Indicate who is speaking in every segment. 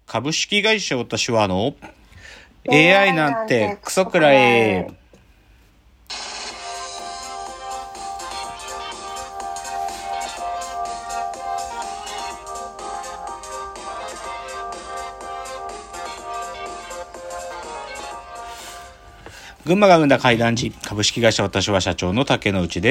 Speaker 1: 株式会社私はAI なんてクソくらえ。群馬が生んだ怪談時、株式会社私は社長の竹之内です。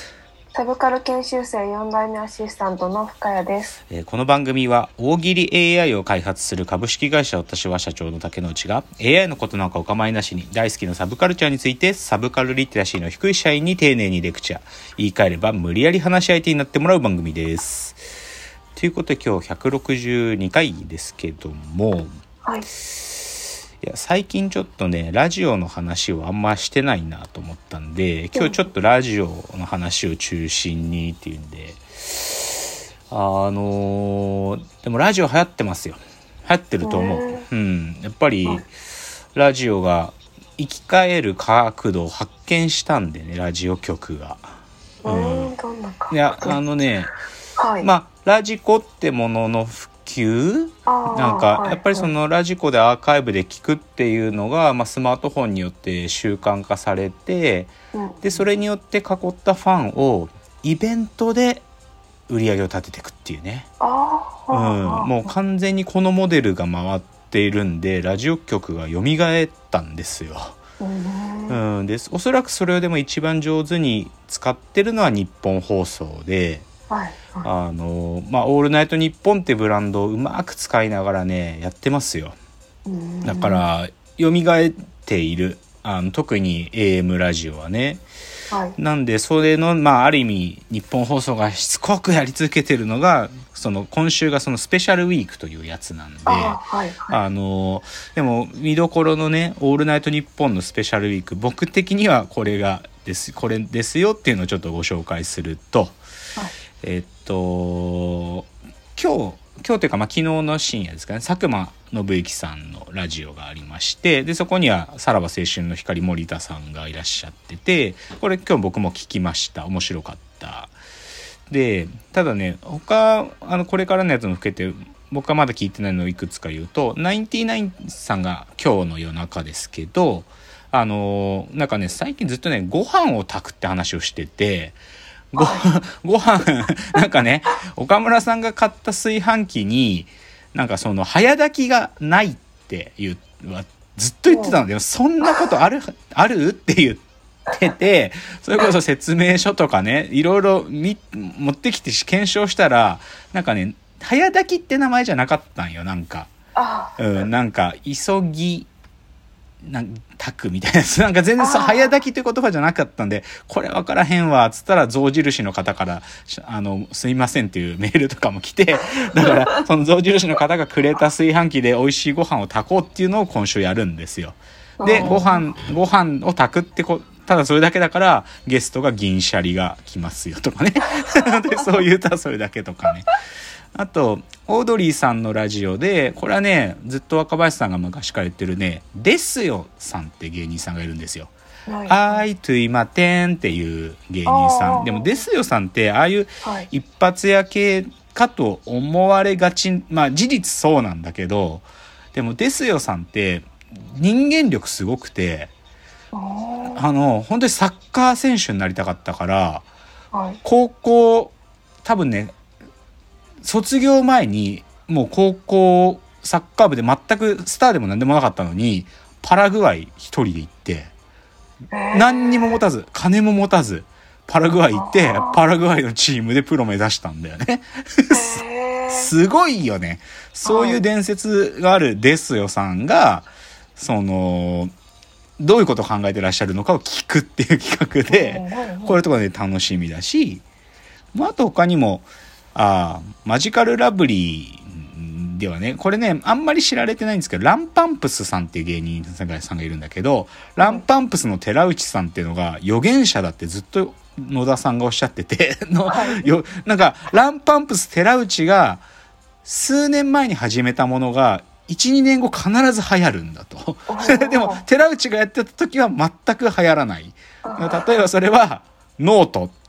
Speaker 2: サブカル研修生4代目アシスタントの深谷です。
Speaker 1: この番組は大喜利 AI を開発する株式会社私は社長の竹之内が AI のことなんかお構いなしに大好きなサブカルチャーについてサブカルリテラシーの低い社員に丁寧にレクチャー、言い換えれば無理やり話し相手になってもらう番組です。ということで今日162回ですけども、
Speaker 2: はい、
Speaker 1: いや最近ちょっとねラジオの話をあんましてないなと思ったんで、今日ちょっとラジオの話を中心にっていうんで、でもラジオ流行ってますよ。流行ってると思う。やっぱりラジオが生き返る角度を発見したんでね、ラジオ局が。
Speaker 2: どんな角度？
Speaker 1: いや
Speaker 2: はい、
Speaker 1: ラジコってものの普及なんかやっぱりそのラジコでアーカイブで聞くっていうのが、スマートフォンによって習慣化されて、でそれによって囲ったファンをイベントで売り上げを立てていくっていうね。もう完全にこのモデルが回っているんでラジオ局が蘇ったんですよ。でおそらくそれをでも一番上手に使ってるのは日本放送で、オールナイトニッポンってブランドをうまく使いながらねやってますよ。だから蘇っている、特に AM ラジオはね、なんでそれのある意味日本放送がしつこくやり続けてるのがその今週がそのスペシャルウィークというやつなんで、でも見どころのねオールナイトニッポンのスペシャルウィーク、僕的にはこれですよっていうのをちょっとご紹介すると、今日というか昨日の深夜ですかね、佐久間信之さんのラジオがありまして、でそこにはさらば青春の光森田さんがいらっしゃってて、これ今日僕も聞きました。面白かった。でただね他これからのやつも含めて僕はまだ聞いてないのをいくつか言うと、ナインティナインさんが今日の夜中ですけど、なんかね最近ずっとねご飯を炊くって話をしてて、ご飯なんかね岡村さんが買った炊飯器になんかその早炊きがないってずっと言ってたので、そんなことあるって言ってて、それこそ説明書とかねいろいろ持ってきて検証したら、なんかね早炊きって名前じゃなかったんよ。なんかなんか急ぎ炊くみたいなやつ、なんか全然早炊きという言葉じゃなかったんで、これ分からへんわっつったら象印の方からすいませんっていうメールとかも来て、だからその象印の方がくれた炊飯器で美味しいご飯を炊こうっていうのを今週やるんですよ。でご飯を炊くってただそれだけだからゲストが銀シャリが来ますよとかねでそういうとそれだけとかね。あとオードリーさんのラジオで、これはねずっと若林さんが昔から言ってるねですよさんって芸人さんがいるんですよ。あいといまてんっていう芸人さんでも、ですよさんってああいう一発屋系かと思われがち、事実そうなんだけど、でもですよさんって人間力すごくて、本当にサッカー選手になりたかったから、高校多分ね卒業前にもう高校サッカー部で全くスターでも何でもなかったのにパラグアイ一人で行って、何にも持たず金も持たずパラグアイ行って、パラグアイのチームでプロ目指したんだよねすごいよね。そういう伝説があるですよさんがどういうことを考えてらっしゃるのかを聞くっていう企画で、これとかね楽しみだし、あと他にもマジカルラブリーではね、これねあんまり知られてないんですけど、ランパンプスさんっていう芸人さんがいるんだけど、ランパンプスの寺内さんっていうのが預言者だってずっと野田さんがおっしゃっててなんかランパンプス寺内が数年前に始めたものが 1,2 年後必ず流行るんだとでも寺内がやってた時は全く流行らない。例えばそれはノート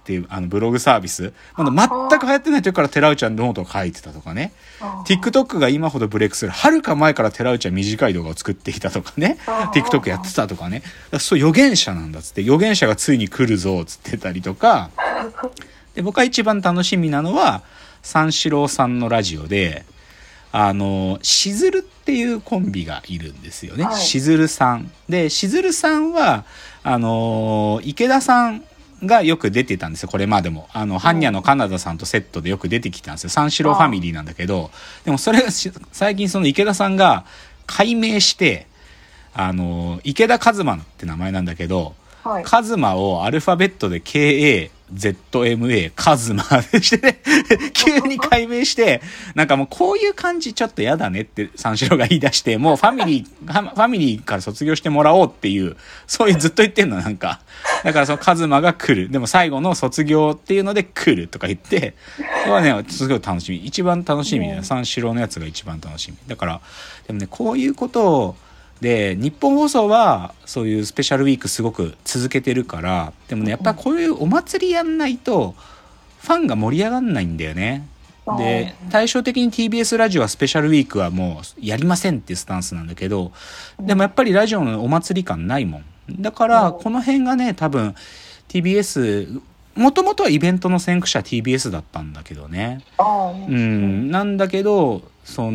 Speaker 1: っていうブログサービス、まだ全く流行ってない時から寺内はノートを書いてたとかね。TikTok が今ほどブレイクするはるか前から寺内は短い動画を作っていたとかね。TikTok やってたとかね。そう預言者なんだっつって、預言者がついに来るぞつってたりとか。で、僕が一番楽しみなのは三四郎さんのラジオで、しずるっていうコンビがいるんですよね。しずるさん。で、しずるさんは、池田さんがよく出てたんですよ。これまでも。般若のカナダさんとセットでよく出てきたんですよ。三四郎ファミリーなんだけど、でもそれが最近その池田さんが改名して、池田一馬って名前なんだけど、カズマをアルファベットで KAZMA カズマでしてね急に改名してなんかもうこういう感じちょっとやだねって三四郎が言い出してもうファミリーから卒業してもらおうっていうそういうずっと言ってんのなんかだからそのカズマが来るでも最後の卒業っていうので来るとか言ってこれはねすごい楽しみ一番楽しみだよ三四郎のやつが一番楽しみだからでもねこういうことをで日本放送はそういうスペシャルウィークすごく続けてるからでもねやっぱこういうお祭りやんないとファンが盛り上がんないんだよね。で対照的に TBS ラジオはスペシャルウィークはもうやりませんっていうスタンスなんだけどでもやっぱりラジオのお祭り感ないもんだからこの辺がね多分 TBSもともとはイベントの先駆者 TBS だったんだけどねなんだけど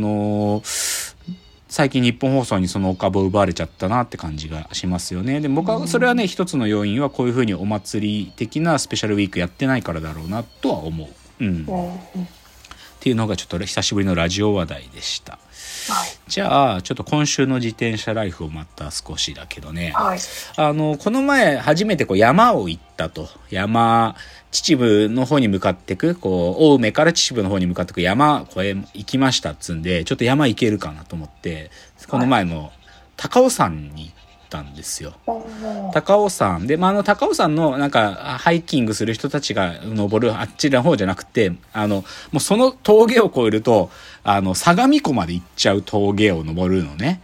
Speaker 1: 最近日本放送にそのお株を奪われちゃったなって感じがしますよね。で僕はそれはね一つの要因はこういうふうにお祭り的なスペシャルウィークやってないからだろうなとは思う。っていうのがちょっと久しぶりのラジオ話題でした。じゃあちょっと今週の自転車ライフをまた少しだけどね、この前初めて山を行ったと秩父の方に向かってく青梅から秩父の方に向かってく山これ行きましたっつんでちょっと山行けるかなと思ってこの前の高尾山に行ったんですよ。高尾山で、高尾山のなんかハイキングする人たちが登るあっちの方じゃなくてもうその峠を越えると相模湖まで行っちゃう峠を登るのね。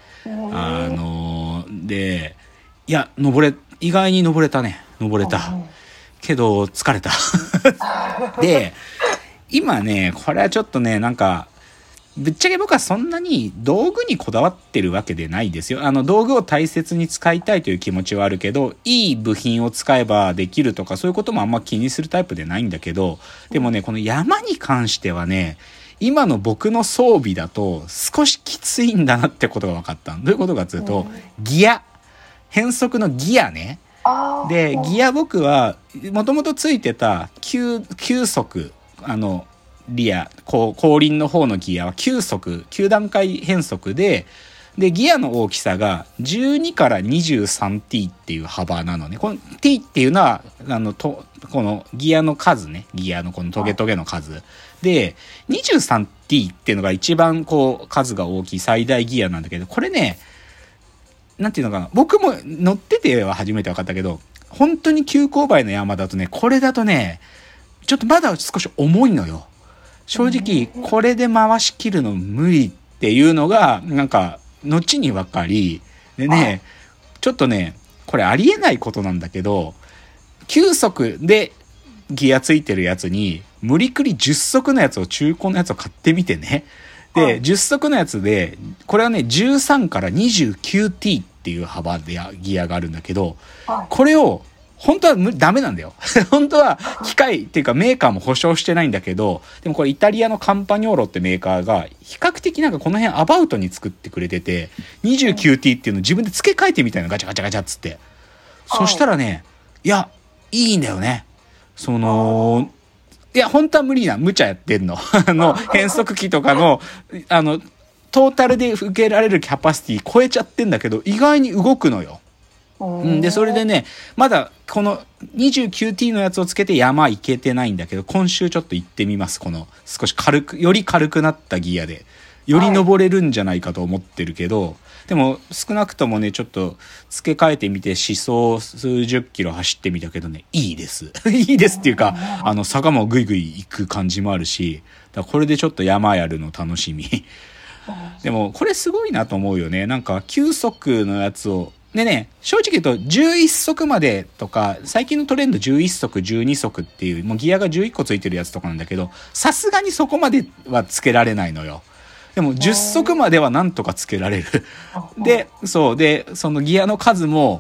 Speaker 1: でいや意外に登れたけど疲れたで今ねこれはちょっとねなんかぶっちゃけ僕はそんなに道具にこだわってるわけでないですよ。道具を大切に使いたいという気持ちはあるけどいい部品を使えばできるとかそういうこともあんま気にするタイプでないんだけどでもねこの山に関してはね今の僕の装備だと少しきついんだなってことが分かった。どういうことかというとギア変速のギアねでギア僕はもともとついてた9速リア後輪の方のギアは9段階変速でギアの大きさが12から 23T っていう幅なのね。この T っていうのはこのギアの数ねギアのこのトゲトゲの数で 23T っていうのが一番数が大きい最大ギアなんだけどこれねなんていうのかな僕も乗ってては初めて分かったけど本当に急勾配の山だとねこれだとねちょっとまだ少し重いのよ。正直これで回し切るの無理っていうのがなんか後に分かりでねちょっとねこれありえないことなんだけど9速でギアついてるやつに無理くり10速のやつを中古のやつを買ってみてねで10速のやつでこれはね13から 29T っていう幅でギアがあるんだけどこれを本当はダメなんだよ本当は機械っていうかメーカーも保証してないんだけどでもこれイタリアのカンパニョーロってメーカーが比較的なんかこの辺アバウトに作ってくれてて 29T っていうのを自分で付け替えてみたいなガチャガチャガチャっつってそしたらねいやいいんだよねいや本当は無茶やってんの変速機とかのトータルで受けられるキャパシティ超えちゃってんだけど意外に動くのよ。でそれでねまだこの 29T のやつをつけて山行けてないんだけど今週ちょっと行ってみます。この少しより軽くなったギアでより登れるんじゃないかと思ってるけど、でも少なくともねちょっと付け替えてみて試走数十キロ走ってみたけどねいいですいいですっていうか坂もぐいぐい行く感じもあるしだからこれでちょっと山やるの楽しみでもこれすごいなと思うよね。なんか9速のやつをでね、正直言うと11足までとか、最近のトレンド11足、12足っていう、もうギアが11個ついてるやつとかなんだけど、さすがにそこまではつけられないのよ。でも10足まではなんとかつけられる。で、そう。で、そのギアの数も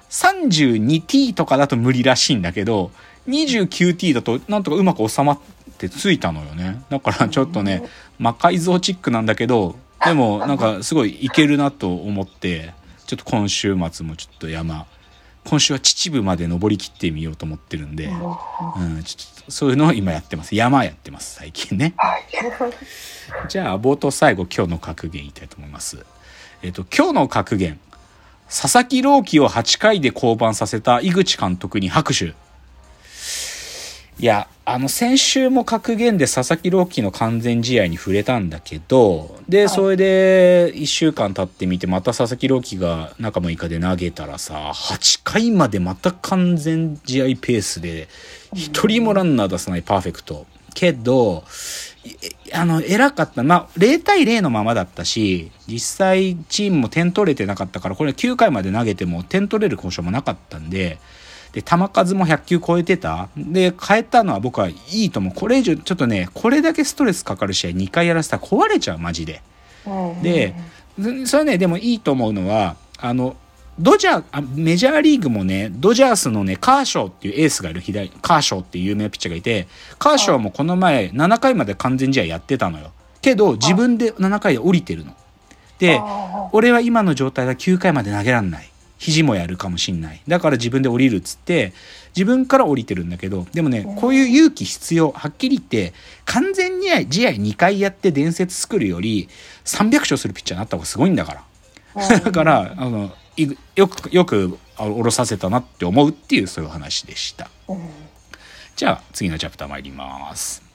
Speaker 1: 32T とかだと無理らしいんだけど、29T だとなんとかうまく収まってついたのよね。だからちょっとね、魔改造チックなんだけど、でもなんかすごいいけるなと思って、ちょっと今週末もちょっと今週は秩父まで登り切ってみようと思ってるんで、ちょっとそういうのを今やってます。山やってます、最近ね。
Speaker 2: はい。
Speaker 1: じゃあ冒頭最後今日の格言言いたいと思います。今日の格言、佐々木朗希を8回で降板させた井口監督に拍手。いや、先週も格言で佐々木朗希の完全試合に触れたんだけど、で、それで1週間経ってみて、また佐々木朗希が中6日で投げたらさ、8回までまた完全試合ペースで、一人もランナー出さないパーフェクト。けど、偉かった。まあ、0対0のままだったし、実際チームも点取れてなかったから、これ9回まで投げても点取れる交渉もなかったんで、で、球数も100球超えてた。で、変えたのは僕はいいと思う。これ以上、ちょっとね、これだけストレスかかる試合2回やらせたら壊れちゃう、マジで。で、それね、でもいいと思うのは、メジャーリーグもね、ドジャースのね、カーショーっていうエースがいる、カーショーっていう有名なピッチャーがいて、カーショーもこの前7回まで完全試合やってたのよ。けど、自分で7回で降りてるの。で、俺は今の状態は9回まで投げらんない。肘もやるかもしんない。だから自分で降りるっつって、自分から降りてるんだけど、でもね、こういう勇気必要。はっきり言って、完全試合2回やって伝説作るより、300勝するピッチャーになった方がすごいんだから。だから、よく降ろさせたなって思うっていう、そういう話でした。じゃあ、次のチャプター参ります。